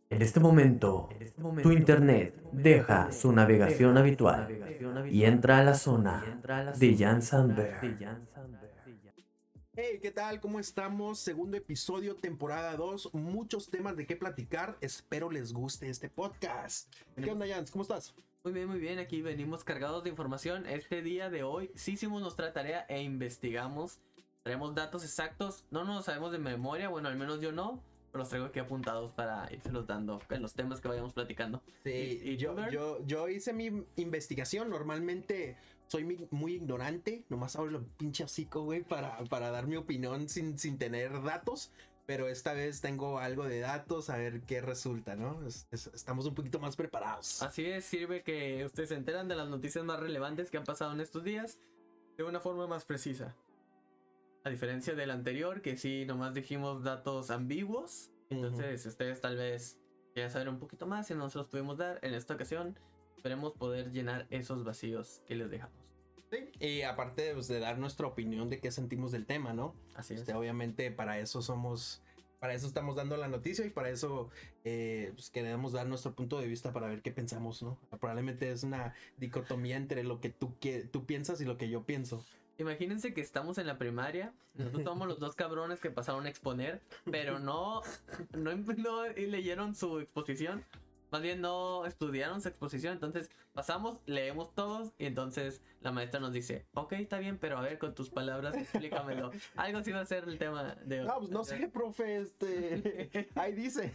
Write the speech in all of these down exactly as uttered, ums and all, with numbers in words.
En este momento, tu internet deja su navegación habitual y entra a la zona de Jan Sandberg. Hey, ¿qué tal? ¿Cómo estamos? Segundo episodio, temporada dos. Muchos temas de qué platicar. Espero les guste este podcast. ¿Qué onda, Jans? ¿Cómo estás? Muy bien, muy bien. Aquí venimos cargados de información. Este día de hoy sí hicimos nuestra tarea e investigamos. Traemos datos exactos. No nos los sabemos de memoria. Bueno, al menos yo no. Pero los traigo aquí apuntados para irselos dando en los temas que vayamos platicando. Sí, ¿Y, y yo, tú, yo, yo hice mi investigación. Normalmente soy mi- muy ignorante. Nomás abro el pinche hocico, güey, para, para dar mi opinión sin, sin tener datos. Pero esta vez tengo algo de datos, a ver qué resulta, ¿no? Es- es- estamos un poquito más preparados. Así es, sirve que ustedes se enteran de las noticias más relevantes que han pasado en estos días de una forma más precisa. A diferencia del anterior, que sí, nomás dijimos datos ambiguos. Entonces, ustedes tal vez quieran saber un poquito más y no se los pudimos dar. En esta ocasión, esperemos poder llenar esos vacíos que les dejamos. Sí, y aparte pues, de dar nuestra opinión de qué sentimos del tema, ¿no? Así es. Este, obviamente para eso somos, para eso estamos dando la noticia y para eso eh, pues, queremos dar nuestro punto de vista para ver qué pensamos, ¿no? Probablemente es una dicotomía entre lo que tú, que, tú piensas y lo que yo pienso. Imagínense que estamos en la primaria, nosotros somos los dos cabrones que pasaron a exponer, pero no, no, no leyeron su exposición, más bien no estudiaron su exposición, entonces pasamos, leemos todos y entonces la maestra nos dice, ok, está bien, pero a ver con tus palabras explícamelo. Algo así va a ser el tema de hoy. No, pues no sé, profe, este, ahí dice.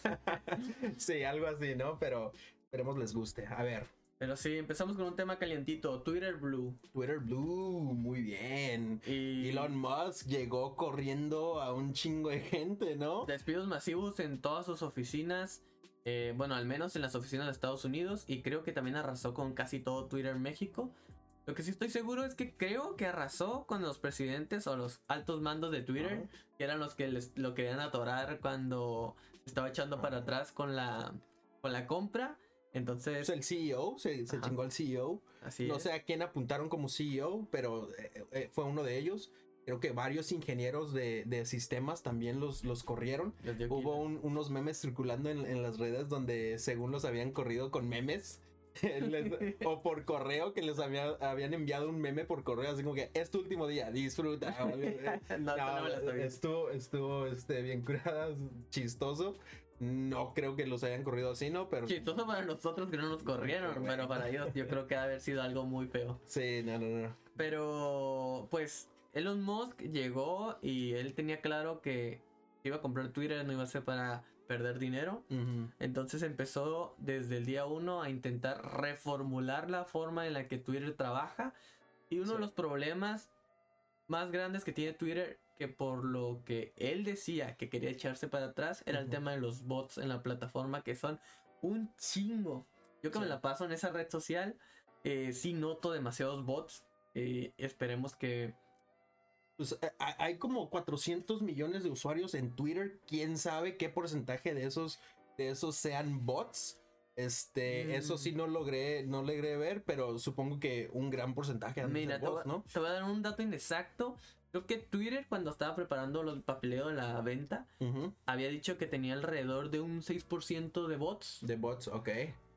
Sí, algo así, ¿no? Pero esperemos les guste. A ver. Pero sí, empezamos con un tema calientito, Twitter Blue. Twitter Blue, muy bien. Y Elon Musk llegó corriendo a un chingo de gente, ¿no? despidos masivos en todas sus oficinas. Eh, bueno, al menos en las oficinas de Estados Unidos. Y creo que también arrasó con casi todo Twitter México. Lo que sí estoy seguro es que creo que arrasó con los presidentes o los altos mandos de Twitter. Ajá. Que eran los que les, lo querían atorar cuando se estaba echando para atrás con la, con la compra. Entonces, Pues el C E O, se, se Ajá. chingó al C E O. así No es. sé a quién apuntaron como C E O, pero eh, eh, fue uno de ellos. Creo que varios ingenieros de, de sistemas también los, los corrieron. Los dio Hubo quita. un- unos memes circulando en, en las redes donde según los habían corrido con memes. Les- o por correo, que les había- habían enviado un meme por correo, así como que es tu último día, disfruta. No, no me la sabía. estuvo, estuvo este, bien curada, chistoso. No creo que los hayan corrido así, ¿no? Pero Chistoso para nosotros que no nos corrieron, pero para ellos yo creo que ha de haber sido algo muy feo. sí, no, no, no. Pero, pues, Elon Musk llegó y él tenía claro que iba a comprar Twitter, no iba a ser para perder dinero. Ujú. Entonces empezó desde el día uno a intentar reformular la forma en la que Twitter trabaja. Y uno Sí. de los problemas más grandes que tiene Twitter, que por lo que él decía que quería echarse para atrás, era el Ujú. tema de los bots en la plataforma, que son un chingo. Yo que Sí. me la paso en esa red social, eh, sí noto demasiados bots. Eh, esperemos que... Pues eh, ha- hay como cuatrocientos millones de usuarios en Twitter. ¿Quién sabe qué porcentaje de esos, de esos sean bots? Este, Mm. eso sí no logré, no logré ver, pero supongo que un gran porcentaje han de Mira, ser te voy, bots, ¿no? te voy a dar un dato inexacto. Creo que Twitter, cuando estaba preparando el papeleo de la venta, Ujú. había dicho que tenía alrededor de un seis por ciento de bots. De bots, ok.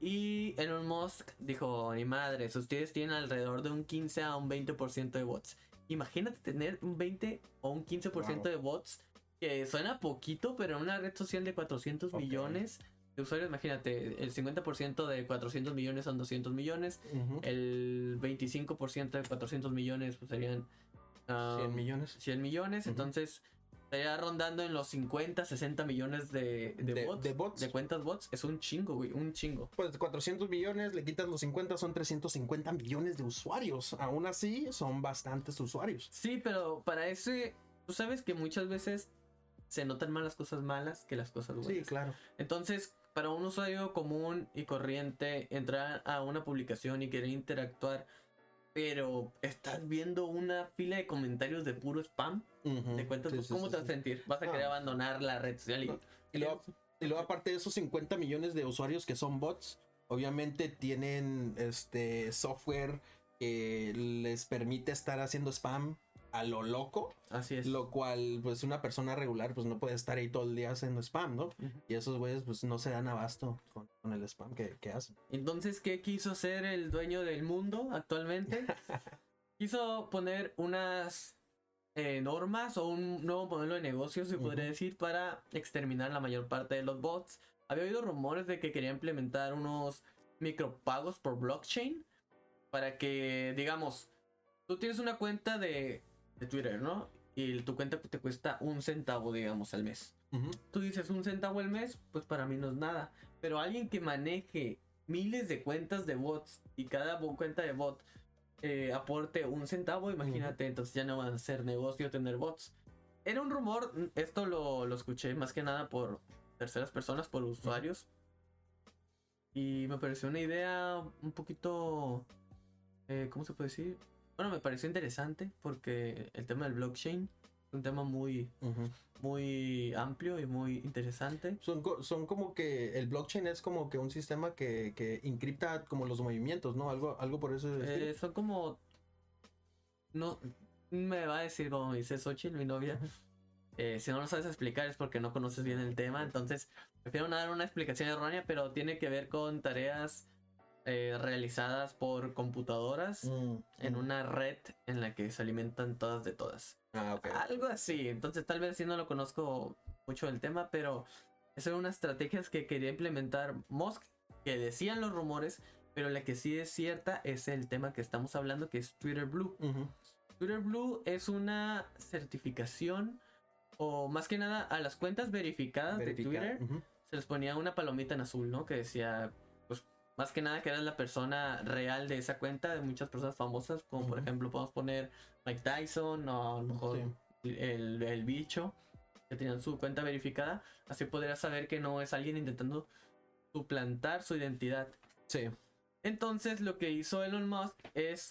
Y Elon Musk dijo, ni madres, ustedes tienen alrededor de un quince a un veinte por ciento de bots. Imagínate tener un veinte o un quince por ciento Wow. de bots, que suena poquito, pero en una red social de cuatrocientos Ok. millones de usuarios, imagínate, el cincuenta por ciento de cuatrocientos millones son doscientos millones, Ujú. el veinticinco por ciento de cuatrocientos millones pues serían um, cien millones. cien millones, Ujú. entonces estaría rondando en los cincuenta, sesenta millones de, de, De- bots, de bots. de cuentas bots. Es un chingo, güey, un chingo. Pues de cuatrocientos millones, le quitas los cincuenta, son trescientos cincuenta millones de usuarios. Aún así, son bastantes usuarios. Sí, pero para ese, tú sabes que muchas veces se notan más las cosas malas que las cosas buenas. Sí, claro. Entonces, para un usuario común y corriente, entrar a una publicación y querer interactuar, pero estás viendo una fila de comentarios de puro spam, Ujú. de cuentas, Sí, pues, sí, ¿cómo sí, te vas a sí. sentir? Vas a Ah. querer abandonar la red social y... No. Y luego, y luego, aparte de esos cincuenta millones de usuarios que son bots, obviamente tienen este software que les permite estar haciendo spam a lo loco. Así es. Lo cual, pues una persona regular, pues no puede estar ahí todo el día haciendo spam, ¿no? Uh-huh. Y esos güeyes, pues no se dan abasto con, con el spam que, que hacen. Entonces, ¿qué quiso ser el dueño del mundo actualmente? Quiso poner unas eh, normas o un nuevo modelo de negocio, se podría uh-huh. decir, para exterminar la mayor parte de los bots. Había oído rumores de que quería implementar unos micropagos por blockchain para que, digamos, tú tienes una cuenta de, de Twitter, ¿no? Y tu cuenta te cuesta un centavo, digamos, al mes. Uh-huh. Tú dices un centavo al mes, pues para mí no es nada. Pero alguien que maneje miles de cuentas de bots y cada cuenta de bot eh, aporte un centavo, imagínate, uh-huh. entonces ya no van a hacer negocio tener bots. Era un rumor, esto lo, lo escuché más que nada por terceras personas, por usuarios. Uh-huh. Y me pareció una idea un poquito... Eh, ¿Cómo se puede decir? Bueno, me pareció interesante porque el tema del blockchain es un tema muy, uh-huh. muy amplio y muy interesante. Son, son como que el blockchain es como que un sistema que, que encripta como los movimientos, ¿no? Algo, algo por eso. Eh, son como... No, me va a decir como me dice Xochitl, mi novia. Eh, si no lo sabes explicar es porque no conoces bien el tema. Entonces, prefiero no dar una explicación errónea, pero tiene que ver con tareas... Eh, realizadas por computadoras mm, en mm. una red en la que se alimentan todas de todas. Ah, okay. Algo así. Entonces tal vez sí no lo conozco mucho del tema, pero esas eran unas estrategias que quería implementar Musk, que decían los rumores, pero la que sí es cierta es el tema que estamos hablando, que es Twitter Blue. Uh-huh. Twitter Blue es una certificación, o más que nada a las cuentas verificadas Verificar. de Twitter, uh-huh. se les ponía una palomita en azul, ¿no? Que decía... Más que nada que eras la persona real de esa cuenta, de muchas personas famosas, como uh-huh. por ejemplo podemos poner Mike Tyson o a lo mejor sí. el, el bicho, que tenían su cuenta verificada. Así podrías saber que no es alguien intentando suplantar su identidad. Sí. Entonces lo que hizo Elon Musk es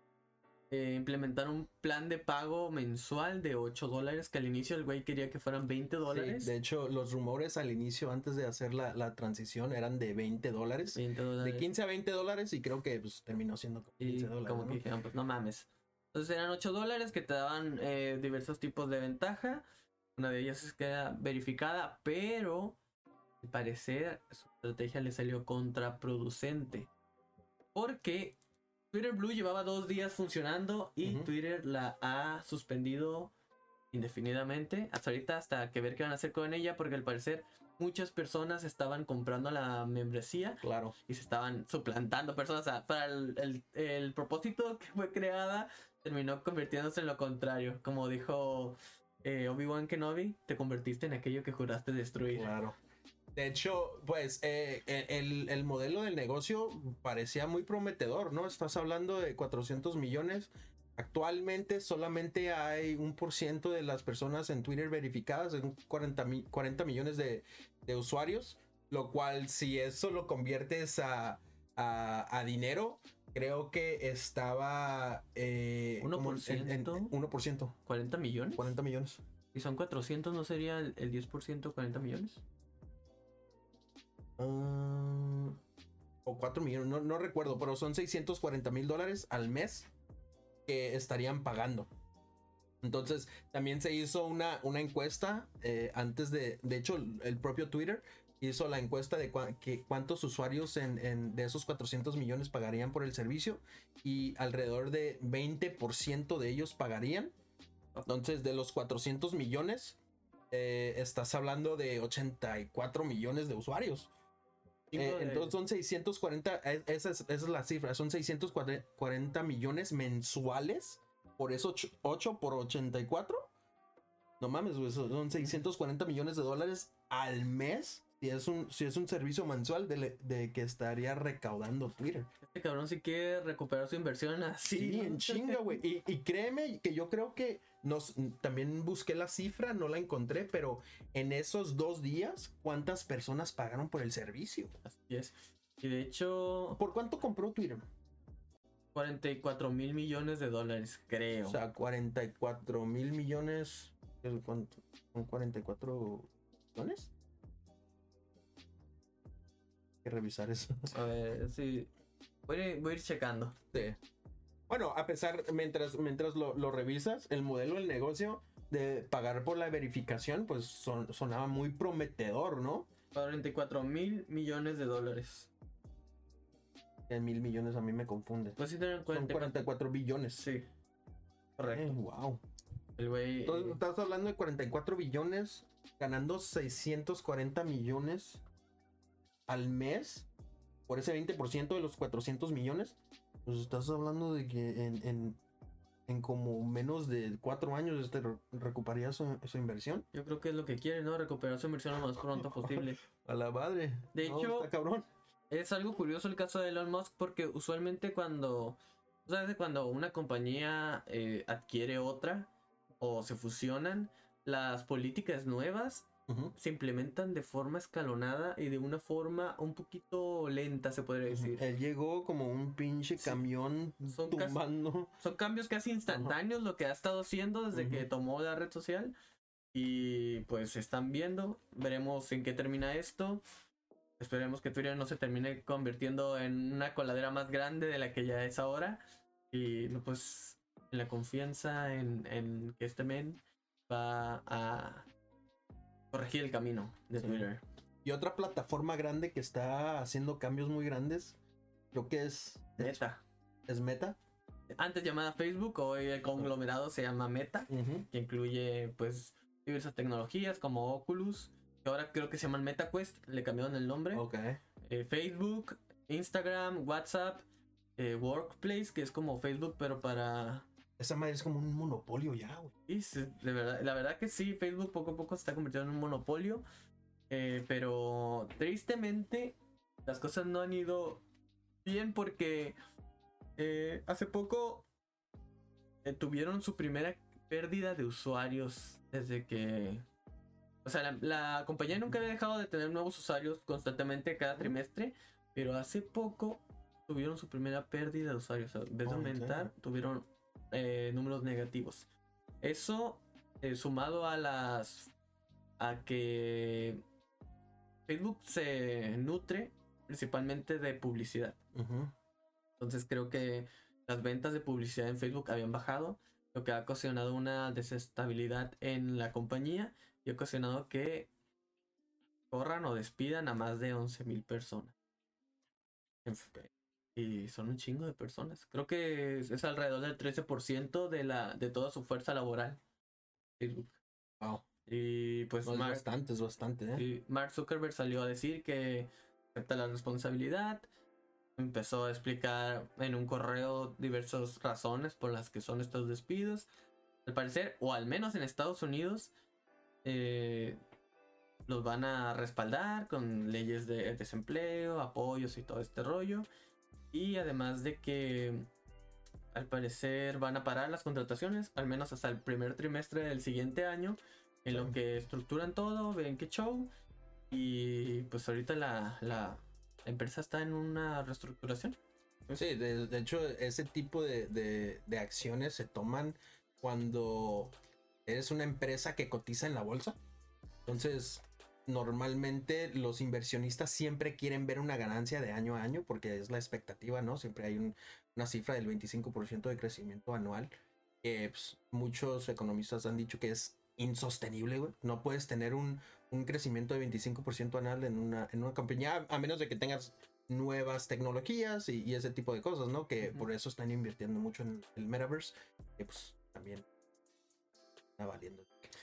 eh, implementar un plan de pago mensual de ocho dólares, que al inicio el güey quería que fueran veinte dólares. Sí, de hecho, los rumores al inicio, antes de hacer la, la transición, eran de veinte dólares. veinte dólares. De quince a veinte dólares y creo que pues, terminó siendo como quince dólares. Como ¿no? que dijeron, pues no mames. Entonces eran ocho dólares que te daban eh, diversos tipos de ventaja. Una de ellas es que era verificada, pero al parecer su estrategia le salió contraproducente. Porque Twitter Blue llevaba dos días funcionando y uh-huh. Twitter la ha suspendido indefinidamente. Hasta ahorita, hasta que ver qué van a hacer con ella, porque al parecer muchas personas estaban comprando la membresía. Claro. Y se estaban suplantando personas. O sea, para el, el, el propósito que fue creada, terminó convirtiéndose en lo contrario. Como dijo eh, Obi-Wan Kenobi, te convertiste en aquello que juraste destruir. Claro. De hecho, pues eh, el, el modelo del negocio parecía muy prometedor, ¿no? Estás hablando de cuatrocientos millones. Actualmente solamente hay un por ciento de las personas en Twitter verificadas, en cuarenta, cuarenta millones de, de usuarios, lo cual si eso lo conviertes a, a, a dinero, creo que estaba... Eh, ¿uno por ciento? En, en, uno por ciento. ¿cuarenta millones? cuarenta millones. ¿Y son cuatrocientos? ¿No sería el, el diez por ciento cuarenta millones? Uh, o cuatro millones, no, no recuerdo, pero son seiscientos cuarenta mil dólares al mes que estarían pagando. Entonces también se hizo una, una encuesta eh, antes de, de hecho el propio Twitter hizo la encuesta de cu- que cuántos usuarios en, en, de esos cuatrocientos millones pagarían por el servicio, y alrededor de veinte por ciento de ellos pagarían. Entonces de los cuatrocientos millones eh, estás hablando de ochenta y cuatro millones de usuarios. Eh, entonces son seiscientos cuarenta, esa es, esa es la cifra, son seiscientos cuarenta millones mensuales por esos ocho por ochenta y cuatro. No mames, güey, son seiscientos cuarenta millones de dólares al mes. Si es un, si es un servicio mensual de, de que estaría recaudando Twitter. Este cabrón sí quiere recuperar su inversión así. Sí, en chinga, güey. Y, y créeme que yo creo que nos, también busqué la cifra, no la encontré, pero en esos dos días, ¿cuántas personas pagaron por el servicio? Así es. Y de hecho... ¿Por cuánto compró Twitter? cuarenta y cuatro mil millones de dólares, creo. O sea, cuarenta y cuatro mil millones... ¿Cuánto? ¿Son cuarenta y cuatro millones? Hay que revisar eso. A ver, sí. Voy a, voy a ir checando. Sí. Bueno, a pesar, mientras, mientras lo, lo revisas, el modelo del negocio de pagar por la verificación, pues son, sonaba muy prometedor, ¿no? cuarenta y cuatro mil millones de dólares. En mil millones a mí me confunde. Pues sí, tienen Son cuarenta y cuatro billones. Sí. Correcto. Eh, wow. El güey. Entonces, eh, estás hablando de cuarenta y cuatro billones, ganando seiscientos cuarenta millones al mes por ese veinte por ciento de los cuatrocientos millones. Pues estás hablando de que en, en, en como menos de cuatro años este re- recuperaría su, su inversión. Yo creo que es lo que quiere, ¿no? Recuperar su inversión lo más pronto posible. A la madre. De No, hecho, está cabrón. Es algo curioso el caso de Elon Musk porque usualmente cuando, ¿sabes? Cuando una compañía eh, adquiere otra o se fusionan, las políticas nuevas Ujú. se implementan de forma escalonada y de una forma un poquito lenta, se podría decir. Él llegó como un pinche Sí. camión Son casi- tumbando. Son cambios casi instantáneos lo que ha estado haciendo desde que Ujú. tomó la red social. Y pues se están viendo. Veremos en qué termina esto. Esperemos que Twitter no se termine convirtiendo en una coladera más grande de la que ya es ahora. Y no, pues en la confianza en, en que este men va a corregir el camino de Sí. Twitter. Y otra plataforma grande que está haciendo cambios muy grandes, creo que es Meta. es Meta. Antes llamada Facebook, hoy el conglomerado se llama Meta, Ujú. que incluye pues diversas tecnologías como Oculus, que ahora creo que se llaman MetaQuest, le cambiaron el nombre. Ok. Eh, Facebook, Instagram, WhatsApp, eh, Workplace, que es como Facebook pero para... Esa madre es como un monopolio ya, güey. Y sí, de verdad, la verdad que sí, Facebook poco a poco se está convirtiendo en un monopolio, eh, pero tristemente las cosas no han ido bien porque eh, hace poco eh, tuvieron su primera pérdida de usuarios desde que... O sea, la, la compañía nunca había dejado de tener nuevos usuarios constantemente cada trimestre, pero hace poco tuvieron su primera pérdida de usuarios. O sea, en vez de Oh, aumentar, entiendo. tuvieron eh, números negativos. Eso eh, sumado a las... a que Facebook se nutre principalmente de publicidad. Ujú. Entonces creo que las ventas de publicidad en Facebook habían bajado, lo que ha ocasionado una desestabilidad en la compañía y ha ocasionado que corran o despidan a más de once mil personas. En f- Y son un chingo de personas. Creo que es, es alrededor del trece por ciento de, la, de toda su fuerza laboral. Facebook. Wow. Y pues No, es Mark, bastante, es bastante, ¿eh? sí, Mark Zuckerberg salió a decir que acepta la responsabilidad. Empezó a explicar en un correo diversas razones por las que son estos despidos. Al parecer, o al menos en Estados Unidos, eh, los van a respaldar con leyes de desempleo, apoyos y todo este rollo. Y además de que al parecer van a parar las contrataciones, al menos hasta el primer trimestre del siguiente año, en lo Sí. que estructuran todo, ven qué show. Y pues ahorita la, la empresa está en una reestructuración. Sí, de, de hecho, ese tipo de, de- de acciones se toman cuando eres una empresa que cotiza en la bolsa. Entonces, normalmente los inversionistas siempre quieren ver una ganancia de año a año porque es la expectativa, ¿no? Siempre hay un- una cifra del veinticinco por ciento de crecimiento anual. Que pues, muchos economistas han dicho que es insostenible, güey. No puedes tener un, un crecimiento de veinticinco por ciento anual en una, en una compañía, a menos de que tengas nuevas tecnologías y, y ese tipo de cosas, ¿no? Que Ujú. por eso están invirtiendo mucho en el metaverse, que pues también está valiendo.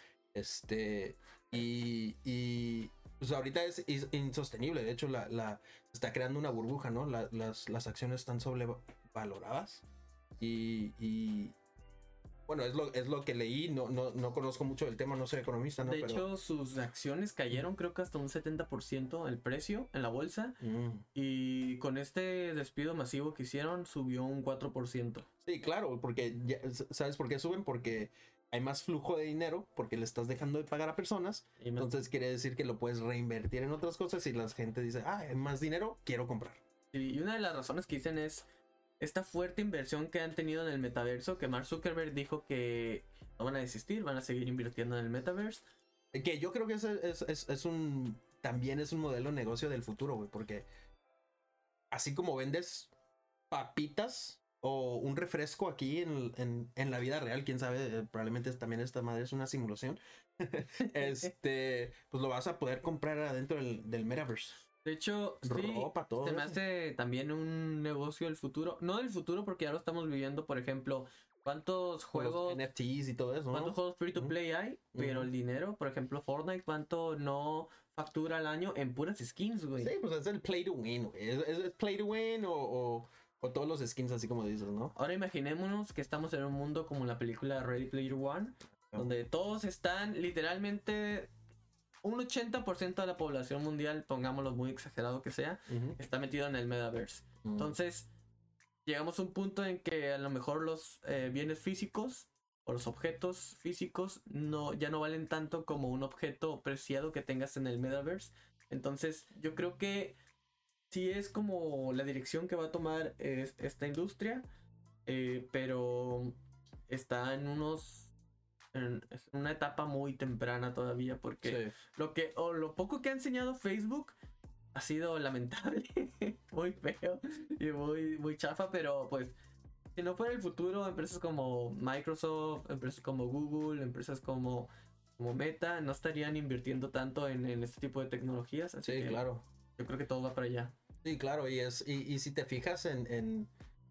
Este, y, y pues ahorita es, is- insostenible. De hecho, la, la, se está creando una burbuja, ¿no? La- las, las acciones están sobrevaloradas. Y, y bueno, es lo, es lo que leí. No, no, no conozco mucho del tema, no soy economista, ¿no? De Pero, hecho, sus acciones cayeron creo que hasta un setenta por ciento el precio en la bolsa. mm, Y con este despido masivo que hicieron, subió un cuatro por ciento. sí, claro, porque ya- ¿sabes por qué suben? Porque hay más flujo de dinero, porque le estás dejando de pagar a personas. Y más- Entonces quiere decir que lo puedes reinvertir en otras cosas y la gente dice, ah, hay más dinero, quiero comprar. y una de las razones que dicen es esta fuerte inversión que han tenido en el metaverso, que Mark Zuckerberg dijo que no van a desistir, van a seguir invirtiendo en el metaverse. Que yo creo que es, es, es, es un, también es un modelo de negocio del futuro, güey, porque así como vendes papitas o un refresco aquí en, en, en la vida real, quién sabe, eh, probablemente también esta madre es una simulación. este, pues lo vas a poder comprar adentro del, del Metaverse. De hecho, sí, Ropa, todo se me eso. hace también un negocio del futuro. No del futuro porque ya lo estamos viviendo, por ejemplo, ¿cuántos Con los juegos, N F Ts y todo eso, ¿no? cuántos juegos free to play hay? Pero Ujú. el dinero, por ejemplo, Fortnite, ¿cuánto no factura al año en puras skins, güey? Sí, pues es el play to win, güey. Es, es- es play to win o, o, o todos los skins así como dices, ¿no? Ahora imaginémonos que estamos en un mundo como la película Ready Player One, donde todos están literalmente un ochenta por ciento de la población mundial, pongámoslo muy exagerado que sea, Ujú. está metido en el metaverse. Mm. Entonces, llegamos a un punto en que a lo mejor los eh, bienes físicos o los objetos físicos no, ya no valen tanto como un objeto preciado que tengas en el metaverse. Entonces, yo creo que sí es como la dirección que va a tomar es- esta industria, eh, pero está en unos en, es una etapa muy temprana todavía porque Sí. lo que o lo poco que ha enseñado Facebook ha sido lamentable, muy feo y muy muy chafa, pero pues si no fuera el futuro, empresas como Microsoft, empresas como Google, empresas como como Meta no estarían invirtiendo tanto en, en este tipo de tecnologías, así Sí, que claro. yo creo que todo va para allá. Sí, claro. Y es, y, y si te fijas en, en,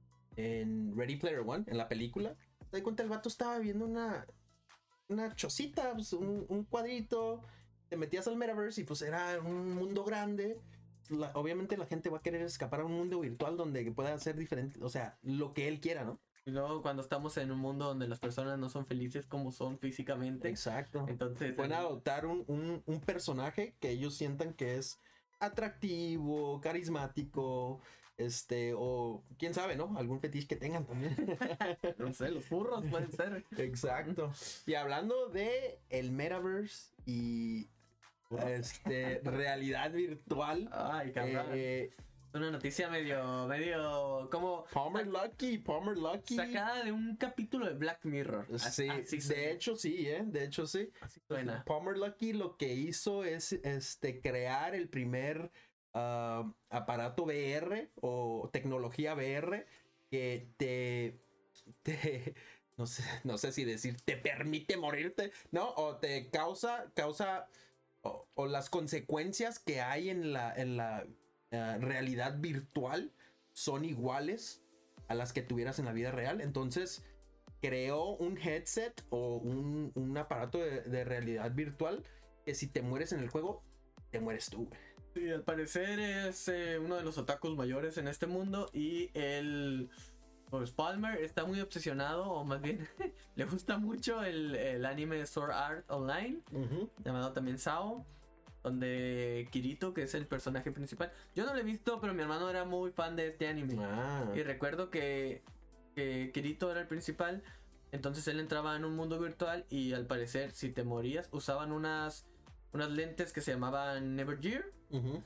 en Ready Player One, en la película, te das cuenta el vato estaba viendo una, una chocita, pues, un, un cuadrito. Te metías al Metaverse y pues era un mundo grande. La- obviamente la gente va a querer escapar a un mundo virtual donde pueda hacer diferente, o sea, lo que él quiera, ¿no? Y luego cuando estamos en un mundo donde las personas no son felices como son físicamente, Exacto. entonces Pueden adoptar un, un, un personaje que ellos sientan que es atractivo, carismático, este, o quién sabe, ¿no? Algún fetiche que tengan también. no sé, los furros pueden ser. Exacto. Y hablando de el Metaverse y este realidad virtual, Ay, cabrón. eh, Una noticia medio, medio, como Palmer Lucky, Palmer Lucky. sacada de un capítulo de Black Mirror. Sí, Así de suena, hecho sí, ¿eh? De hecho sí. así suena. Palmer Lucky lo que hizo es este, crear el primer ah, aparato V R o tecnología V R que te, te no sé, no sé si decir te permite morirte, ¿no? O te causa, causa o, o las consecuencias que hay en la, en la ah, realidad virtual son iguales a las que tuvieras en la vida real. Entonces creó un headset o un, un aparato de, de realidad virtual que si te mueres en el juego, te mueres tú. Sí, al parecer es eh, uno de los otakus mayores en este mundo y el pues Palmer está muy obsesionado, o más bien le gusta mucho el, el anime Sword Art Online, Uh-huh. llamado también Sao, donde Kirito, que es el personaje principal, yo no lo he visto, pero mi hermano era muy fan de este anime. Ah. Y recuerdo que, que Kirito era el principal, entonces él entraba en un mundo virtual y al parecer si te morías usaban unas, unas lentes que se llamaban Never Gear. Uh-huh.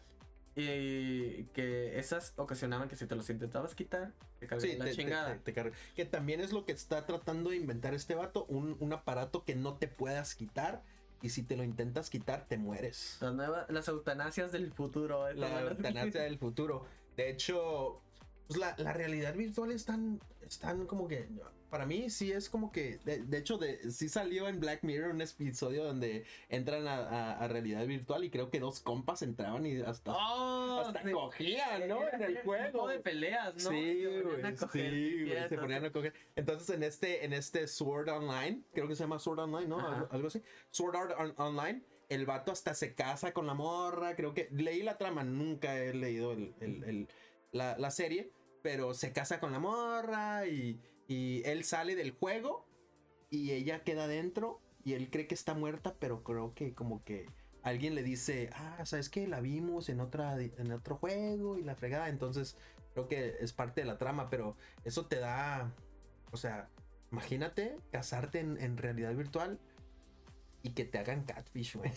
Y que esas ocasionaban que si te los intentabas quitar, te cargaba Sí, la te, te- chingada. te- te carga. Que también es lo que está tratando de inventar este vato, un, un aparato que no te puedas quitar y si te lo intentas quitar te mueres. Las nuevas, las eutanasias del futuro. esta La mala- eutanasia del futuro. De hecho, pues la, la realidad virtual es tan, es tan como que, para mí sí es como que, de, de hecho, de, sí salió en Black Mirror un episodio donde entran a, a- a realidad virtual y creo que dos compas entraban y hasta, ¡Oh! hasta sí. cogían, ¿no? En el Era un juego. de peleas, ¿no? Sí, Se ponían güey, a coger, sí, güey, cierto, se ponían a coger. Entonces en este, en este Sword Online, creo que se llama Sword Online, ¿no? Ajá. Algo, algo así. Sword Art On- Online, el vato hasta se casa con la morra, creo que leí la trama, nunca he leído el, el- el- la, la serie, pero se casa con la morra y, y él sale del juego y ella queda dentro y él cree que está muerta, pero creo que como que alguien le dice, ah, ¿sabes qué? La vimos en, otra, en otro juego y la fregada. Entonces creo que es parte de la trama, pero eso te da, o sea, imagínate casarte en, en realidad virtual y que te hagan catfish, güey.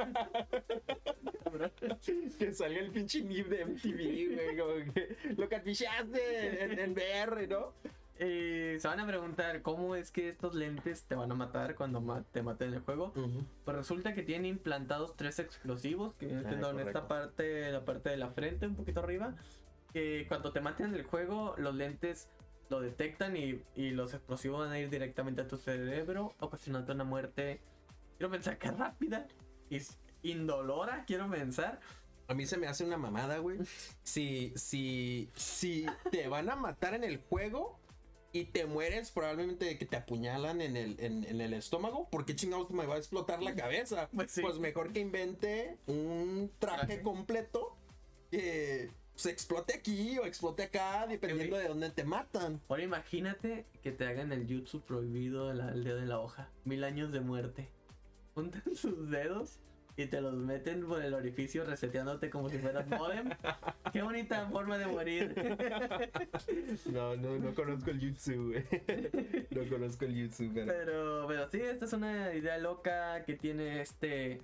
Que salga el pinche M I B de M T V, güey, como que lo catfishaste en, en V R, ¿no? Y se van a preguntar cómo es que estos lentes te van a matar cuando ma- te maten en el juego. Uh-huh. Pues resulta que tiene implantados tres explosivos que vienen Ah, siendo en correcto. esta parte, la parte de la frente, un poquito arriba. Que cuando te maten en el juego, los lentes lo detectan y, y los explosivos van a ir directamente a tu cerebro, ocasionando una muerte, quiero pensar que rápida y s- indolora, quiero pensar. A mí se me hace una mamada, güey. Si, si, si te van a matar en el juego y te mueres probablemente de que te apuñalan en el, en, en el estómago, ¿por qué chingados me va a explotar la cabeza? Pues sí. Pues mejor que invente un traje Traje. completo que se explote aquí o explote acá, dependiendo de dónde te matan. Ahora imagínate que te hagan el jutsu prohibido de la aldea de la hoja. Mil años de muerte. Juntan sus dedos y te los meten por el orificio reseteándote como si fueras modem. Qué bonita forma de morir. No, no, no conozco el jutsu, güey. No conozco el jutsu, pero... Pero, pero sí, esta es una idea loca que tiene este,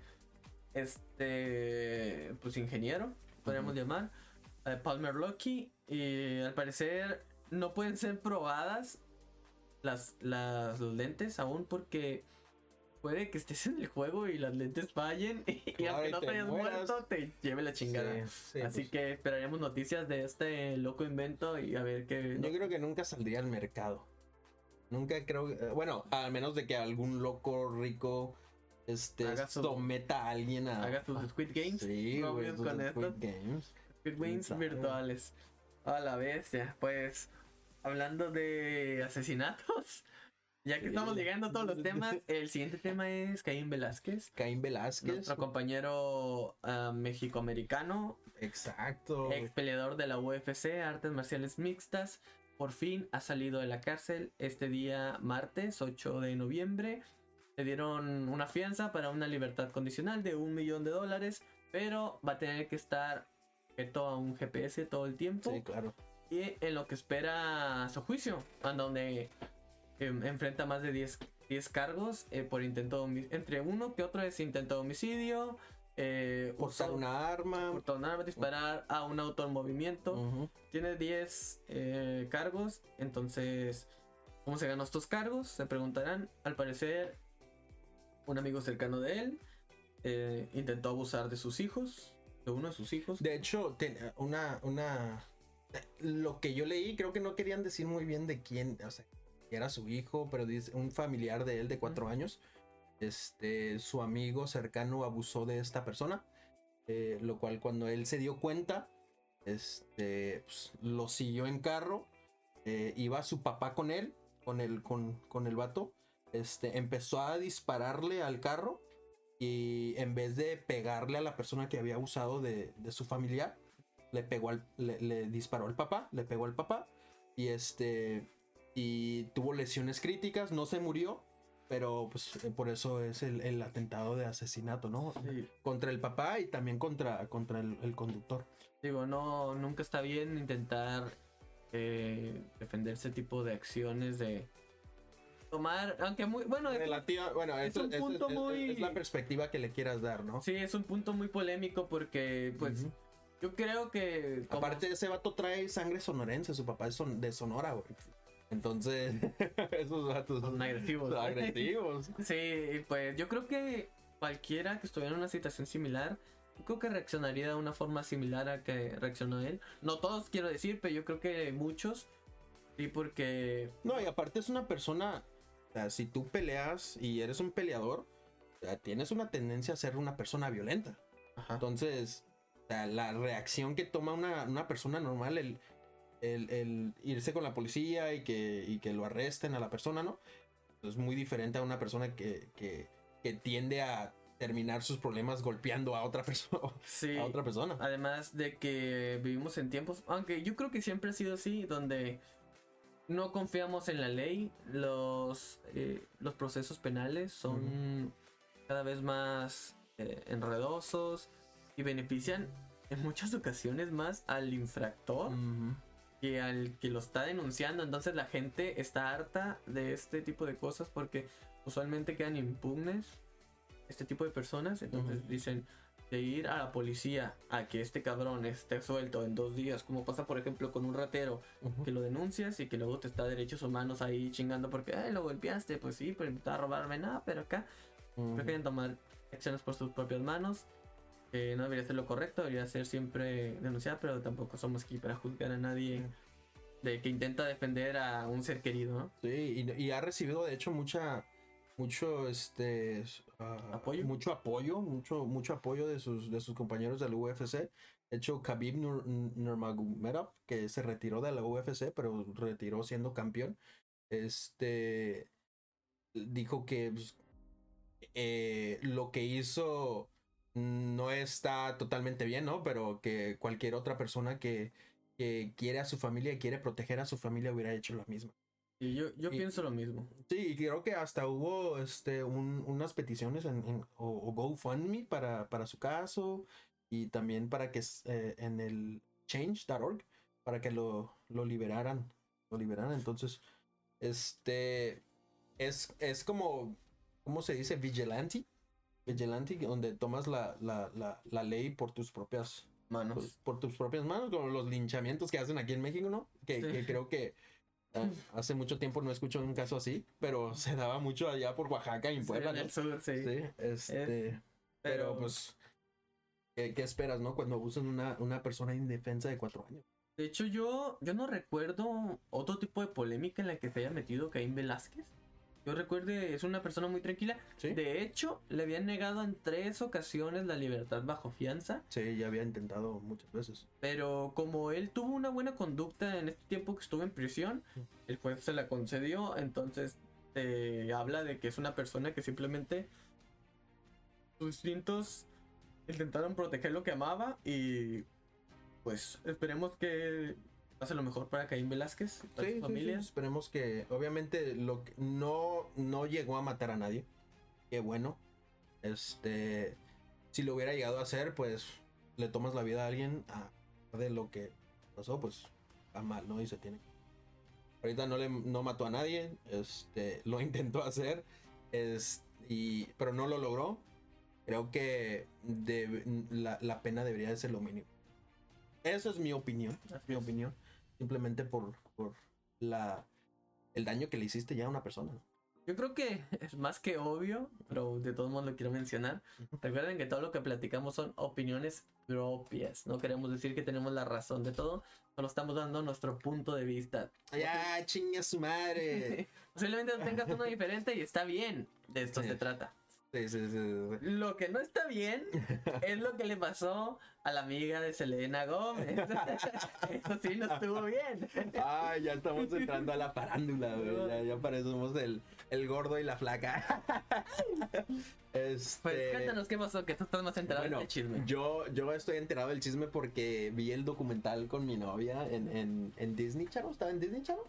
este, pues ingeniero, podríamos Ujú. llamar, eh, Palmer Luckey, y al parecer no pueden ser probadas las, las lentes aún porque puede que estés en el juego y las lentes fallen y Claro, aunque y no te te hayas mueras. muerto te lleve la chingada. Sí, sí, Así pues, que esperaremos noticias de este loco invento y a ver qué... yo creo que nunca saldría al mercado. Nunca creo, eh, bueno, al menos de que algún loco rico este Haga su- someta a alguien a haga sus Squid Games. Sí, no güey, bien sus con Squid esto. Games. Squid Games sabe? virtuales. A la bestia. Pues, hablando de asesinatos, ya que Sí. estamos llegando a todos los temas, el siguiente tema es Caín Velázquez, Caín Velázquez. nuestro compañero ah, mexicoamericano, Exacto. ex peleador de la U F C, artes marciales mixtas. Por fin ha salido de la cárcel este día martes ocho de noviembre. Le dieron una fianza para una libertad condicional de un millón de dólares, pero va a tener que estar sujeto a un G P S todo el tiempo. Sí, claro. Y en lo que espera su juicio, en donde eh, enfrenta más de diez, diez cargos eh, por intento de homicidio. Entre uno que otro es intento de homicidio, eh, Portar uso- una arma. portar un arma, disparar a un auto en movimiento. Ujú. Tiene diez eh, cargos, entonces, ¿cómo se ganó estos cargos? Se preguntarán. Al parecer, un amigo cercano de él eh, intentó abusar de sus hijos, de uno de sus hijos. De hecho, ten- una, una. Lo que yo leí, creo que no querían decir muy bien de quién, o sea, que era su hijo, pero dice un familiar de él de cuatro años. Este, su amigo cercano abusó de esta persona. eh, lo cual, cuando él se dio cuenta, este, pues, lo siguió en carro. eh, iba su papá con él, con el, con, con el vato. Este, empezó a dispararle al carro. Y en vez de pegarle a la persona que había abusado de, de su familiar, le pegó al, le, le disparó al papá, le pegó al papá. Y este, y tuvo lesiones críticas, no se murió, pero pues eh, por eso es el, el atentado de asesinato, ¿no? Sí. Contra el papá y también contra, contra el, el conductor. Digo, no, nunca está bien intentar eh, defender ese tipo de acciones de tomar, aunque muy, bueno, es, Relativa, bueno, es eso, un eso punto es, es- muy- es la perspectiva que le quieras dar, ¿no? sí, es un punto muy polémico porque, pues, Ujú. yo creo que como- Aparte, ese vato trae sangre sonorense, su papá es son- de Sonora, güey. Entonces, esos vatos son agresivos. son agresivos. Sí, pues yo creo que cualquiera que estuviera en una situación similar, yo creo que reaccionaría de una forma similar a que reaccionó él. No todos quiero decir, pero yo creo que muchos. Sí, porque No, y aparte es una persona, o sea, si tú peleas y eres un peleador, o sea, tienes una tendencia a ser una persona violenta. ajá, Entonces, o sea, la reacción que toma una, una persona normal, el, el, el irse con la policía y que, y que lo arresten a la persona, ¿no? Es muy diferente a una persona que, que, que tiende a terminar sus problemas golpeando a otra persona. sí. A otra persona. Además de que vivimos en tiempos, aunque yo creo que siempre ha sido así, donde no confiamos en la ley, los, eh, los procesos penales son cada vez más eh, enredosos y benefician en muchas ocasiones más al infractor Ujú. que al que lo está denunciando. Entonces la gente está harta de este tipo de cosas porque usualmente quedan impugnes este tipo de personas. Entonces Ujú. dicen de ir a la policía a que este cabrón esté suelto en dos días, como pasa por ejemplo con un ratero Ujú. que lo denuncias y que luego te está derechos humanos ahí chingando porque "Ay, lo golpeaste, pues sí, pero intentaba robarme nada, pero acá Ujú. prefieren tomar acciones por sus propias manos. Que no debería ser lo correcto, debería ser siempre denunciar, pero tampoco somos aquí para juzgar a nadie de que intenta defender a un ser querido, ¿no? Sí, y, y ha recibido de hecho mucha, mucho, este, uh, ¿Apoyo? mucho apoyo, mucho, mucho apoyo de sus, de sus compañeros del U F C. De hecho, Khabib Nur- Nurmagomedov, que se retiró de la U F C, pero retiró siendo campeón, este, dijo que pues, eh, lo que hizo no está totalmente bien, ¿no? Pero que cualquier otra persona que, que quiere a su familia y quiere proteger a su familia hubiera hecho lo mismo. Y yo, yo Y- pienso lo mismo. Sí, y creo que hasta hubo este, un- unas peticiones en, en- o, o GoFundMe para, para su caso y también para que eh, en el change punto org para que lo, lo liberaran. Lo liberaran. Entonces, este es, es como, ¿cómo se dice? Vigilante. Vigilante, donde tomas la, la, la, la ley por tus propias por, Manos. por tus propias manos, como los linchamientos que hacen aquí en México, ¿no? Que, Sí. que creo que ah, hace mucho tiempo no escucho un caso así, pero se daba mucho allá por Oaxaca y en Sí, Puebla, en ¿no? el sur, sí. Sí, este, pero, pues, ¿qué, qué esperas, no? Cuando abusan una, una persona indefensa de cuatro años. De hecho, yo, yo no recuerdo otro tipo de polémica en la que se haya metido Caín Velázquez. Yo recuerdo, es una persona muy tranquila. Sí, De hecho, le habían negado en tres ocasiones la libertad bajo fianza. sí, ya había intentado muchas veces. Pero como él tuvo una buena conducta en este tiempo que estuvo en prisión, el juez se la concedió. Entonces, te habla de que es una persona que simplemente sus instintos intentaron proteger lo que amaba. Y pues esperemos que pase lo mejor para Caín Velázquez y para Sí, su sí, familia. sí, esperemos que, obviamente, lo que, no, no llegó a matar a nadie. Qué bueno. Este, si lo hubiera llegado a hacer, pues le tomas la vida a alguien a, de lo que pasó, pues está mal, ¿no? Y se tiene. Ahorita no le no mató a nadie, este, lo intentó hacer, es, y, pero no lo logró. Creo que de, la, la pena debería de ser lo mínimo. Eso es mi opinión, Así mi es. opinión. Simplemente por, por la, el daño que le hiciste ya a una persona, ¿no? Yo creo que es más que obvio, pero de todos modos lo quiero mencionar. Recuerden que todo lo que platicamos son opiniones propias. No queremos decir que tenemos la razón de todo, solo estamos dando nuestro punto de vista. ¡Ya, chinga su madre! Posiblemente tengas uno diferente y está bien. De esto Sí. se trata. Sí, sí, sí, sí. Lo que no está bien es lo que le pasó a la amiga de Selena Gómez. Eso sí no estuvo bien. Ay, ya estamos entrando a la farándula, güey. Ya, ya parecemos el, el gordo y la flaca. Este, Pues cuéntanos qué pasó, que tú estás más enterado bueno, del chisme. Yo, yo estoy enterado del chisme porque vi el documental con mi novia en, en, en Disney Channel. ¿Estaba en Disney Channel?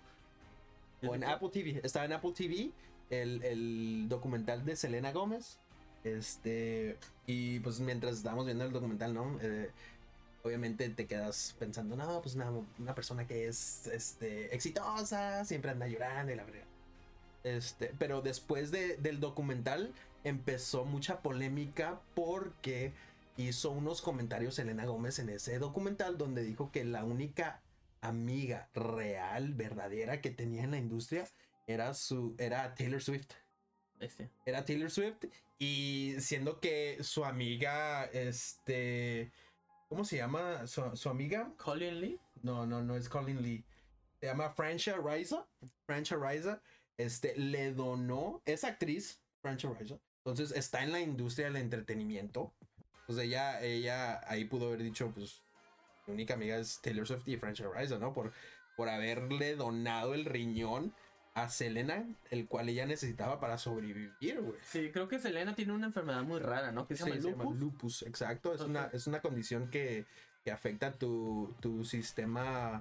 O en Apple T V. Estaba en Apple T V. El, el documental de Selena Gómez. Este. Y pues mientras estábamos viendo el documental, ¿no? Eh, obviamente te quedas pensando, no, pues una, una persona que es este, exitosa, siempre anda llorando y la verdad. Este, pero después de, del documental empezó mucha polémica porque hizo unos comentarios Selena Gómez en ese documental donde dijo que la única amiga real, verdadera que tenía en la industria era su era Taylor Swift. Bestia. Era Taylor Swift y siendo que su amiga, este, ¿cómo se llama? Su, su amiga, Colin Lee. no, no, no es Colin Lee. Se llama Francia Risa. Francia Risa, este, le donó, es actriz, Francia Risa. Entonces está en la industria del entretenimiento. Pues ella, ella ahí pudo haber dicho, pues, mi única amiga es Taylor Swift y Francia Risa, ¿no? Por, por haberle donado el riñón a Selena, el cual ella necesitaba para sobrevivir, güey. Sí, creo que Selena tiene una enfermedad muy rara, ¿no? Que se Sí, llama se llama lupus. lupus, exacto. Es, Ok. una, es una condición que, que afecta tu, tu sistema,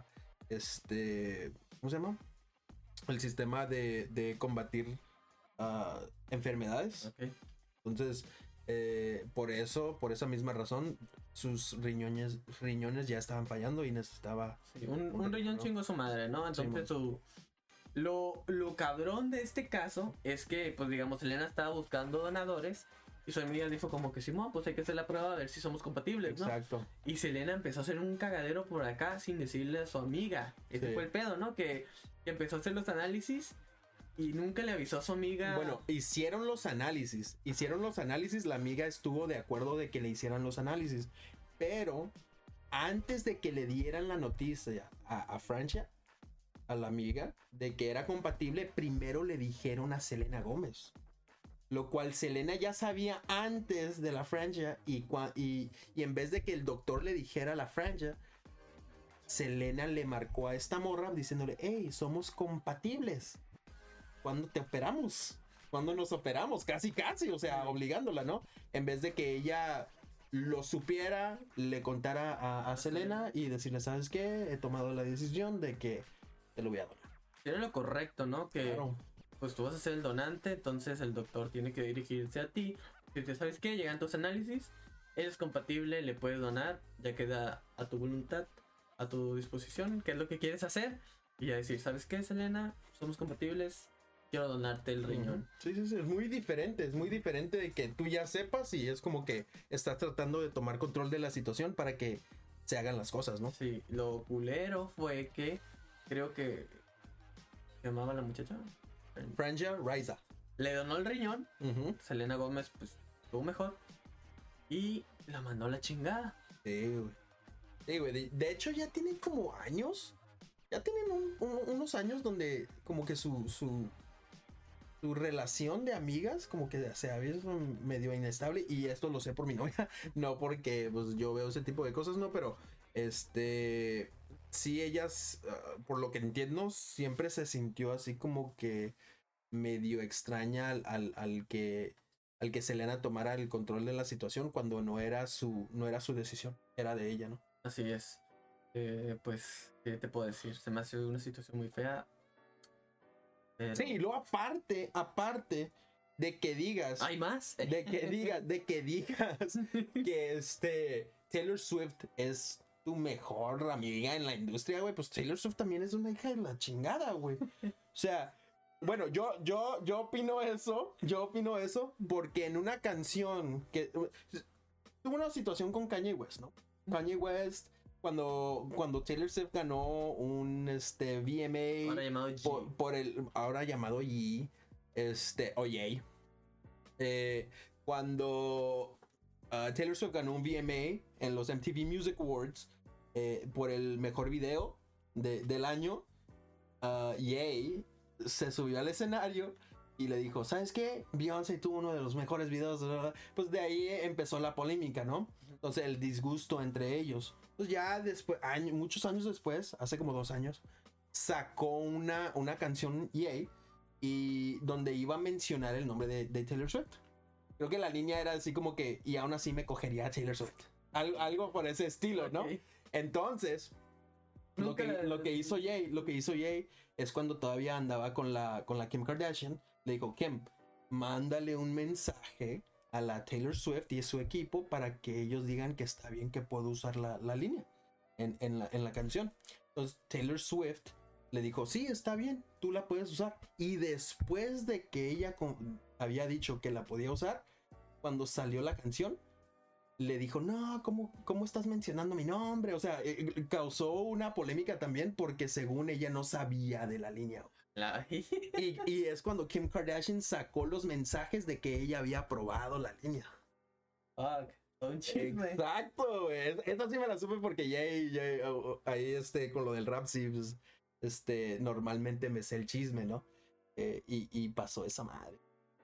este, ¿cómo se llama? El sistema de, de combatir ah, enfermedades. Ok. Entonces, eh, por eso, por esa misma razón, sus riñones, riñones ya estaban fallando y necesitaba... Sí, un, Un un riñón ¿no? chingó su madre, ¿no? Entonces Sí, su... Lo, lo cabrón de este caso es que, pues digamos, Selena estaba buscando donadores y su amiga dijo como que Simón, pues hay que hacer la prueba a ver si somos compatibles, ¿no? Exacto. Y Selena empezó a hacer un cagadero por acá sin decirle a su amiga. Ese Sí. fue el pedo, ¿no? Que, que empezó a hacer los análisis y nunca le avisó a su amiga. Bueno, hicieron los análisis. Hicieron los análisis. La amiga estuvo de acuerdo de que le hicieran los análisis. Pero antes de que le dieran la noticia a, a Francia, a la amiga de que era compatible, primero le dijeron a Selena Gómez. Lo cual Selena ya sabía antes de la franja y, y, y en vez de que el doctor le dijera a la franja, Selena le marcó a esta morra diciéndole, hey, somos compatibles. ¿Cuándo te operamos? ¿Cuándo nos operamos? Casi, casi, o sea, obligándola, ¿no? En vez de que ella lo supiera, le contara a, a Selena y decirle, ¿sabes qué? He tomado la decisión de que te lo voy a donar. Era lo correcto, ¿no? Que claro. Pues tú vas a ser el donante, entonces el doctor tiene que dirigirse a ti. Si te sabes qué, llegan tus análisis, eres compatible, le puedes donar, ya queda a tu voluntad, a tu disposición, qué es lo que quieres hacer. Y a decir, ¿sabes qué, Selena? Somos compatibles, quiero donarte el riñón. Sí, sí, sí, es muy diferente, es muy diferente de que tú ya sepas y es como que estás tratando de tomar control de la situación para que se hagan las cosas, ¿no? Sí, lo culero fue que creo que... ¿Se llamaba la muchacha? Franja Raiza. Le donó el riñón, uh-huh. Selena Gómez pues estuvo mejor y la mandó a la chingada. Sí, güey. Sí, güey. De, de hecho ya tienen como años, ya tienen un, un, unos años donde como que su, su, su relación de amigas como que se ha visto medio inestable y esto lo sé por mi novia, no porque pues yo veo ese tipo de cosas, no, pero este... Sí, ellas, uh, por lo que entiendo, siempre se sintió así como que medio extraña al, al, al que al que Selena tomara el control de la situación cuando no era su no era su decisión, era de ella, ¿no? Así es. Eh, pues, ¿qué te puedo decir? Se me hace una situación muy fea. Pero... Sí, y luego aparte, aparte de que digas... ¿Hay más? De que digas, de que digas que este Taylor Swift es... tu mejor amiga en la industria, güey, pues Taylor Swift también es una hija de la chingada, güey. O sea, bueno, yo, yo, yo opino eso, yo opino eso, porque en una canción que tuvo una situación con Kanye West, ¿no? Kanye West, cuando, cuando Taylor Swift ganó un este, V M A ahora llamado G. Por, por el, ahora llamado Ye, este, o Ye, eh, cuando uh, Taylor Swift ganó un V M A en los M T V Music Awards, Eh, por el mejor video de, del año, uh, Ye se subió al escenario y le dijo, ¿sabes qué? Beyoncé tuvo uno de los mejores videos. Pues de ahí empezó la polémica, ¿no? Entonces el disgusto entre ellos. Pues ya después, año, muchos años después, hace como dos años, sacó una, una canción Ye y donde iba a mencionar el nombre de, de Taylor Swift. Creo que la línea era así como que, y aún así me cogería a Taylor Swift. Al, algo por ese estilo, ¿no? Okay. Entonces, lo que, lo que hizo Ye, lo que hizo Ye es cuando todavía andaba con la, con la Kim Kardashian, le dijo, Kim, mándale un mensaje a la Taylor Swift y a su equipo para que ellos digan que está bien que puedo usar la, la línea en, en, la, en la canción. Entonces, Taylor Swift le dijo, sí, está bien, tú la puedes usar. Y después de que ella con, había dicho que la podía usar, cuando salió la canción, le dijo, no, ¿cómo, ¿cómo estás mencionando mi nombre? O sea, eh, causó una polémica también porque según ella no sabía de la línea. La... y, y es cuando Kim Kardashian sacó los mensajes de que ella había aprobado la línea. Fuck, un chisme. Exacto, güey. Esta sí me la supe porque ya, ya uh, ahí este, con lo del rap, sí, pues, este, normalmente me sé el chisme, ¿no? Eh, y, y pasó esa madre.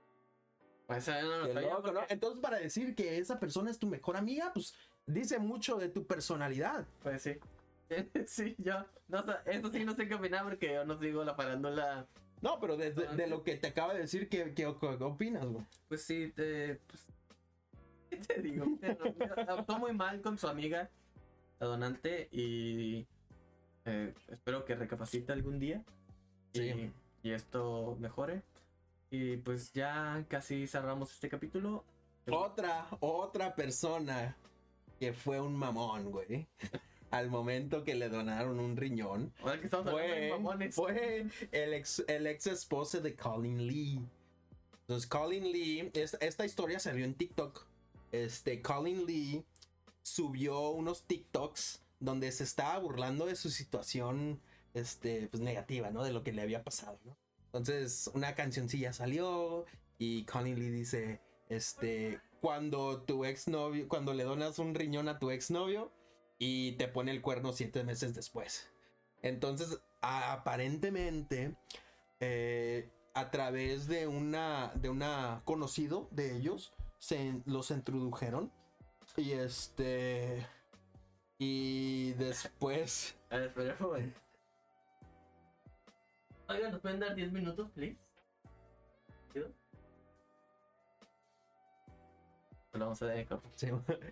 Pues, no lo Qué loco, porque... ¿no? Entonces, para decir que esa persona es tu mejor amiga, pues dice mucho de tu personalidad. Pues sí. Sí, yo. No, eso sí no sé qué opinar porque yo no sigo la farándula. No, pero de, de, de lo que te acaba de decir, ¿qué, qué, qué opinas, güey? Pues sí, te. Pues, ¿qué te digo? Actuó muy mal con su amiga, la donante, y. Eh, espero que recapacite algún día. Sí. Y, y esto mejore. Y pues ya casi cerramos este capítulo. Otra, otra persona que fue un mamón, güey. Al momento que le donaron un riñón. Ahora que estamos hablando de mamones. Fue el ex, el ex esposo de Colin Lee. Entonces, Colin Lee, esta, esta historia salió en TikTok. Este, Colin Lee subió unos TikToks donde se estaba burlando de su situación, este, pues negativa, ¿no? De lo que le había pasado, ¿no? Entonces, una cancioncilla salió y Colin Lee dice, este, cuando tu exnovio, cuando le donas un riñón a tu exnovio y te pone el cuerno siete meses después. Entonces, a- aparentemente, eh, a través de una, de una conocido de ellos, se los introdujeron. Y este... Y después... A ver, espera un momento. Oigan, ¿nos pueden dar diez minutos, please? ¿Sí? Lo vamos a dejar. Sí.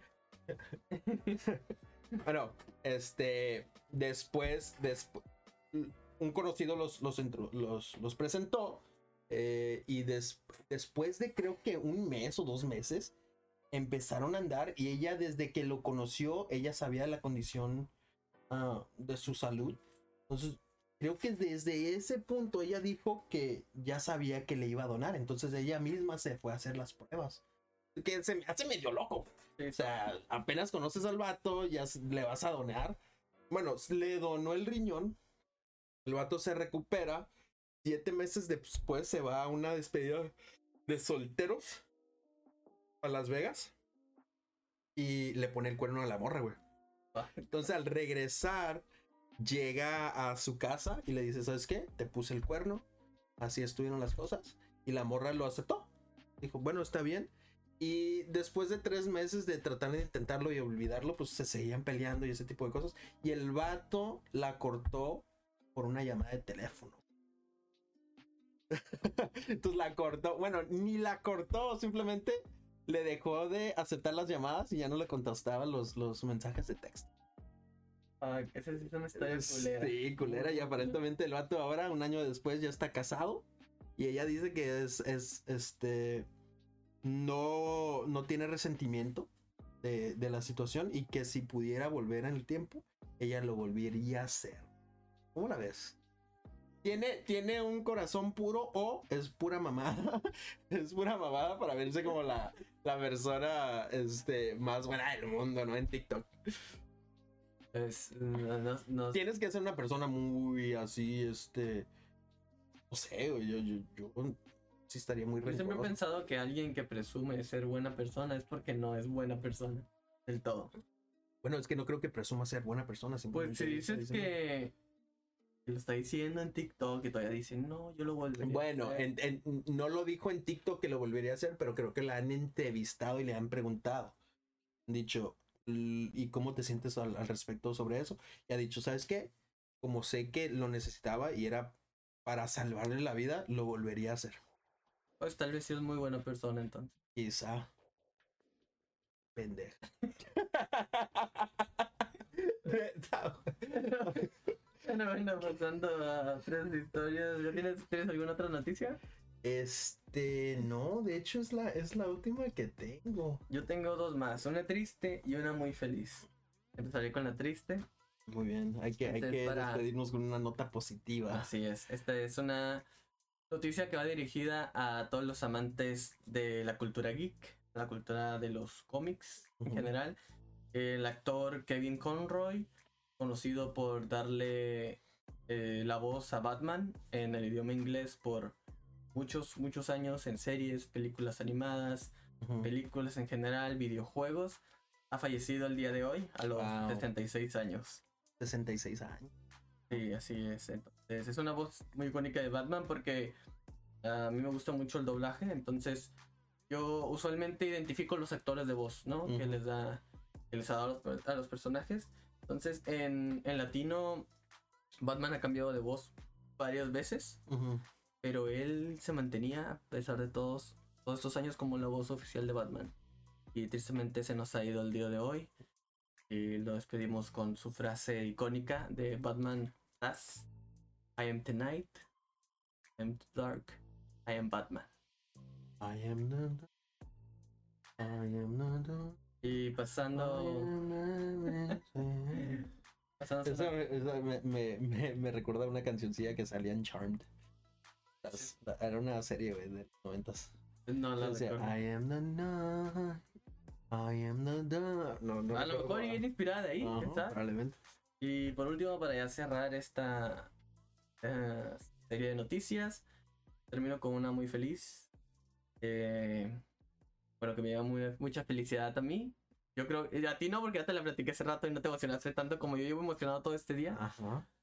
Bueno, este, después, despu- un conocido los, los, intro- los, los presentó eh, y des- después de creo que un mes o dos meses empezaron a andar y ella desde que lo conoció, ella sabía la condición ah, de su salud. Entonces, creo que desde ese punto ella dijo que ya sabía que le iba a donar, entonces ella misma se fue a hacer las pruebas. Que se me hace medio loco. O sea, apenas conoces al vato, ya le vas a donar. Bueno, le donó el riñón. El vato se recupera. Siete meses después se va a una despedida de solteros a Las Vegas. Y le pone el cuerno a la morra, güey. Entonces al regresar, llega a su casa y le dice, ¿sabes qué? Te puse el cuerno. Así estuvieron las cosas. Y la morra lo aceptó. Dijo, bueno, está bien. Y después de tres meses de tratar de intentarlo y olvidarlo, pues se seguían peleando y ese tipo de cosas. Y el vato la cortó por una llamada de teléfono. Entonces la cortó. Bueno, ni la cortó, simplemente le dejó de aceptar las llamadas y ya no le contestaba los, los mensajes de texto. Ah, esa sí es una historia culera. Sí, culera. Y aparentemente el vato ahora, un año después, ya está casado. Y ella dice que es, es este... No, no tiene resentimiento de, de la situación y que si pudiera volver en el tiempo, ella lo volvería a hacer. ¿Cómo la ves? ¿Tiene, tiene un corazón puro o es pura mamada? Es pura mamada para verse como la, la persona este, más buena del mundo, ¿no? En TikTok. Es, no, no, no- Tienes que ser una persona muy así, este... No sé, güey, yo, yo, yo sí estaría muy Yo siempre he rencoroso. pensado que alguien que presume ser buena persona es porque no es buena persona del todo. Bueno, es que no creo que presuma ser buena persona. Pues simplemente si lo está dices diciendo. que, que lo está diciendo en TikTok y todavía dicen, no, yo lo volvería a Bueno, hacer". en- en- no lo dijo en TikTok que lo volvería a hacer, pero creo que la han entrevistado y le han preguntado. Han dicho, "L- ¿y cómo te sientes al, al respecto sobre eso? Y ha dicho, ¿sabes qué? Como sé que lo necesitaba y era para salvarle la vida, lo volvería a hacer. Pues tal vez sí es muy buena persona entonces. Quizá. Pendeja. Bueno, bueno, pasando a otras historias. ¿Ya tienes, tienes alguna otra noticia? Este, no, de hecho es la, es la última que tengo. Yo tengo dos más, una triste y una muy feliz. Empezaré con la triste. Muy bien, hay que, hay Este es que para- despedirnos con una nota positiva. Así es, esta es una noticia que va dirigida a todos los amantes de la cultura geek, la cultura de los cómics en Ujú. general. El actor Kevin Conroy, conocido por darle eh, la voz a Batman en el idioma inglés por muchos, muchos años en series, películas animadas, Ujú. películas en general, videojuegos, ha fallecido el día de hoy a los Wow. sesenta y seis años. sesenta y seis años. Sí, así es. Entonces, es una voz muy icónica de Batman porque a mí me gusta mucho el doblaje. Entonces, yo usualmente identifico los actores de voz, ¿no? Que Ujú. les da, que les ha dado a los, per- a los personajes. Entonces, en, en latino, Batman ha cambiado de voz varias veces, Ujú. pero él se mantenía, a pesar de todos, todos estos años, como la voz oficial de Batman. Y tristemente se nos ha ido el día de hoy. Y lo despedimos con su frase icónica de Batman as I am the night, I am the dark, I am Batman. I am not. I am not. Y pasando. pasando Eso, me- eso me, me, me, me recuerda a una cancioncilla que salía en Charmed. Las- Era una serie, güey, de los noventas. no la Decía, recuerdo. I am the night. I am the dark. No, no A lo recuerdo. mejor y viene inspirada de ahí, Ajá, quién sabe. probablemente. Y por último, para ya cerrar esta eh, serie de noticias, termino con una muy feliz. eh, bueno, que me lleva muy- mucha felicidad a mí. Yo creo, y a ti no, porque ya te la platiqué hace rato y no te emocionaste tanto como yo llevo emocionado todo este día. Ajá.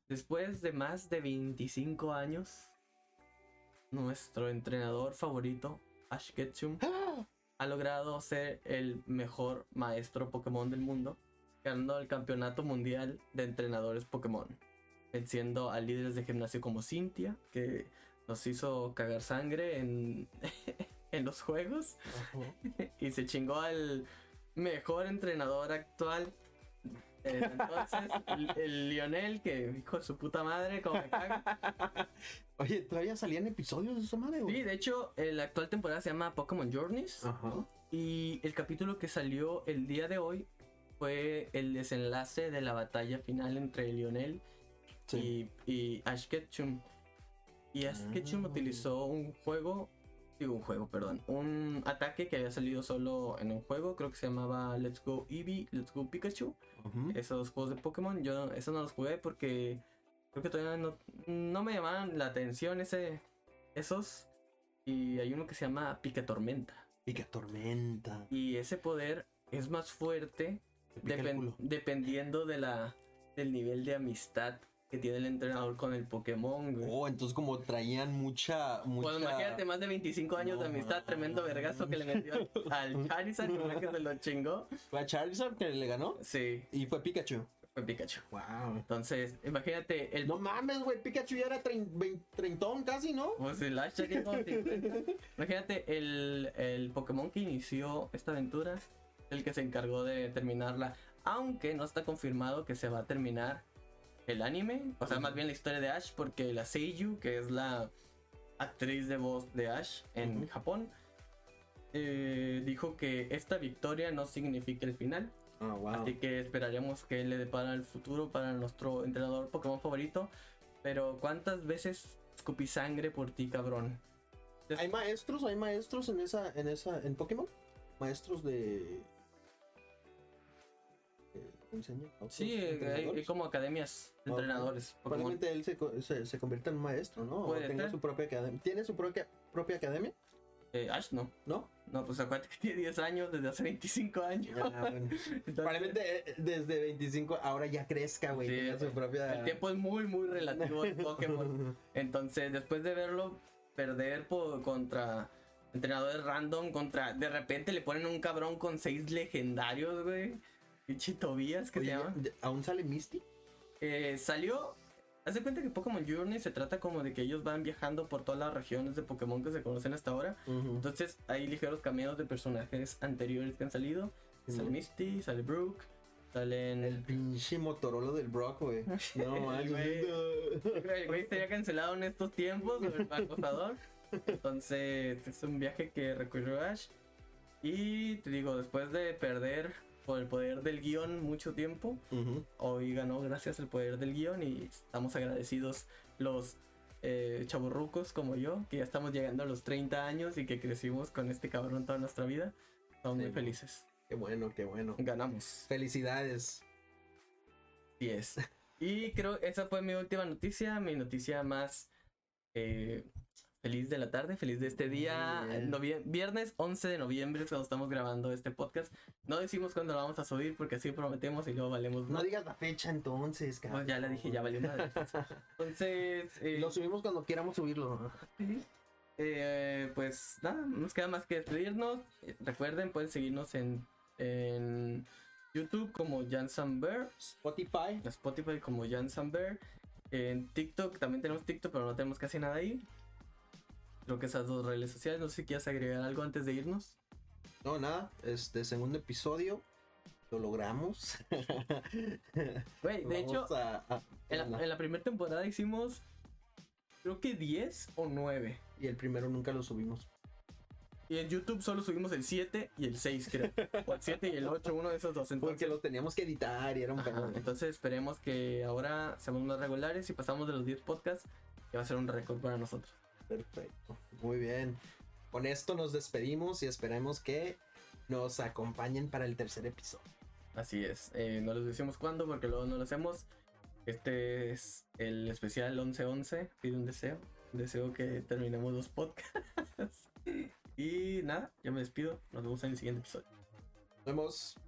Después de más de veinticinco años, nuestro entrenador favorito, Ash Ketchum, ha logrado ser el mejor maestro Pokémon del mundo, ganando el campeonato mundial de entrenadores Pokémon, venciendo a líderes de gimnasio como Cynthia, que nos hizo cagar sangre en, en los juegos, uh-huh. Y se chingó al mejor entrenador actual. Eh, entonces, el, el Lionel, que hijo de su puta madre, como me caga. Oye, ¿todavía salían episodios de esa madre, güey? Sí, de hecho, la actual temporada se llama Pokémon Journeys. Ajá. Y el capítulo que salió el día de hoy fue el desenlace de la batalla final entre Lionel sí. y, y Ash Ketchum. Y Ash ah. Ketchum utilizó un juego, digo un juego, perdón, un ataque que había salido solo en un juego, creo que se llamaba Let's Go Eevee, Let's Go Pikachu. Uh-huh. Esos juegos de Pokémon, yo esos no los jugué porque creo que todavía no, no me llamaban la atención ese, esos. Y hay uno que se llama Pica Tormenta. Pica Tormenta. Y ese poder es más fuerte depen- dependiendo de la, del nivel de amistad que tiene el entrenador con el Pokémon, güey. Oh, entonces como traían mucha... mucha... Bueno, imagínate, más de veinticinco años no, de amistad, tremendo vergazo que le metió al Charizard, que se lo chingó. ¿Fue a Charizard que le ganó? Sí. ¿Y fue Pikachu? Fue Pikachu. Wow. Entonces, imagínate el... No mames, güey, Pikachu ya era treintón casi, ¿no? Pues el Ash ya llegó cincuenta. Imagínate el, el Pokémon que inició esta aventura, el que se encargó de terminarla, aunque no está confirmado que se va a terminar el anime, o sea, uh-huh. más bien la historia de Ash, porque la Seiyu, que es la actriz de voz de Ash en uh-huh. Japón, eh, dijo que esta victoria no significa el final. Oh, wow. Así que esperaremos que le depara el futuro para nuestro entrenador Pokémon favorito. Pero ¿cuántas veces escupí sangre por ti, cabrón? Des- ¿Hay maestros? ¿Hay maestros en esa, en esa, en Pokémon? Maestros de... enseña sí, hay, hay como academias de okay. entrenadores. Probablemente él se, se, se convierta en maestro, ¿no? Puede o tenga ser. su propia academia. ¿Tiene su propia, propia academia? Eh, Ash no. ¿No? No, pues acuérdate que tiene diez años desde hace veinticinco años. Ya, bueno. Entonces, probablemente desde veinticinco ahora ya crezca, güey. Sí, tenga su propia... El tiempo es muy, muy relativo en Pokémon. Entonces, después de verlo perder por, contra entrenadores random, contra... De repente le ponen un cabrón con seis legendarios, güey. Pinche Tobías, que Oye, se llama. ¿Aún sale Misty? Eh, salió. Haz de cuenta que Pokémon Journey se trata como de que ellos van viajando por todas las regiones de Pokémon que se conocen hasta ahora. Uh-huh. Entonces hay ligeros cameos de personajes anteriores que han salido. Uh-huh. Sale Misty, sale Brooke, salen. El pinche Motorola del Brock, güey. No manches. El güey estaría cancelado en estos tiempos, el acosador. Entonces es un viaje que recorrió Ash. Y te digo, después de perder por el poder del guión mucho tiempo, uh-huh. hoy ganó gracias al poder del guión y estamos agradecidos los eh, chavorrucos como yo, que ya estamos llegando a los treinta años y que crecimos con este cabrón toda nuestra vida. Estamos sí, muy felices. Qué bueno, qué bueno. Ganamos. Felicidades. Sí es. Y creo que esa fue mi última noticia, mi noticia más eh, feliz de la tarde, feliz de este día, novie- viernes once de noviembre, cuando estamos grabando este podcast. No decimos cuándo lo vamos a subir porque así prometemos y luego valemos. No digas la fecha entonces, cabrón. Pues ya le dije, ya valió madre. Entonces... Eh, lo subimos cuando queramos subirlo. ¿Sí? Eh, pues nada, nos queda más que despedirnos. Recuerden, pueden seguirnos en, en YouTube como Jan Samber, Spotify, Spotify como Jan Samber, en TikTok también tenemos TikTok, pero no tenemos casi nada ahí. Creo que esas dos redes sociales. No sé si quieres agregar algo antes de irnos. No, nada. Este segundo episodio lo logramos. Güey, de hecho, a, a, en, la, en la primera temporada hicimos creo que diez o nueve. Y el primero nunca lo subimos. Y en YouTube solo subimos el siete y el seis, creo. O el siete y el ocho, uno de esos dos. Entonces, porque lo teníamos que editar y era un pedo. Entonces esperemos que ahora seamos más regulares y pasamos de los diez podcasts, que va a ser un récord para nosotros. Perfecto, muy bien. Con esto nos despedimos y esperemos que nos acompañen para el tercer episodio. Así es, eh, no les decimos cuándo porque luego no lo hacemos. Este es el especial once once, pide un deseo. Deseo que terminemos los podcasts. Y nada, ya me despido. Nos vemos en el siguiente episodio. Nos vemos.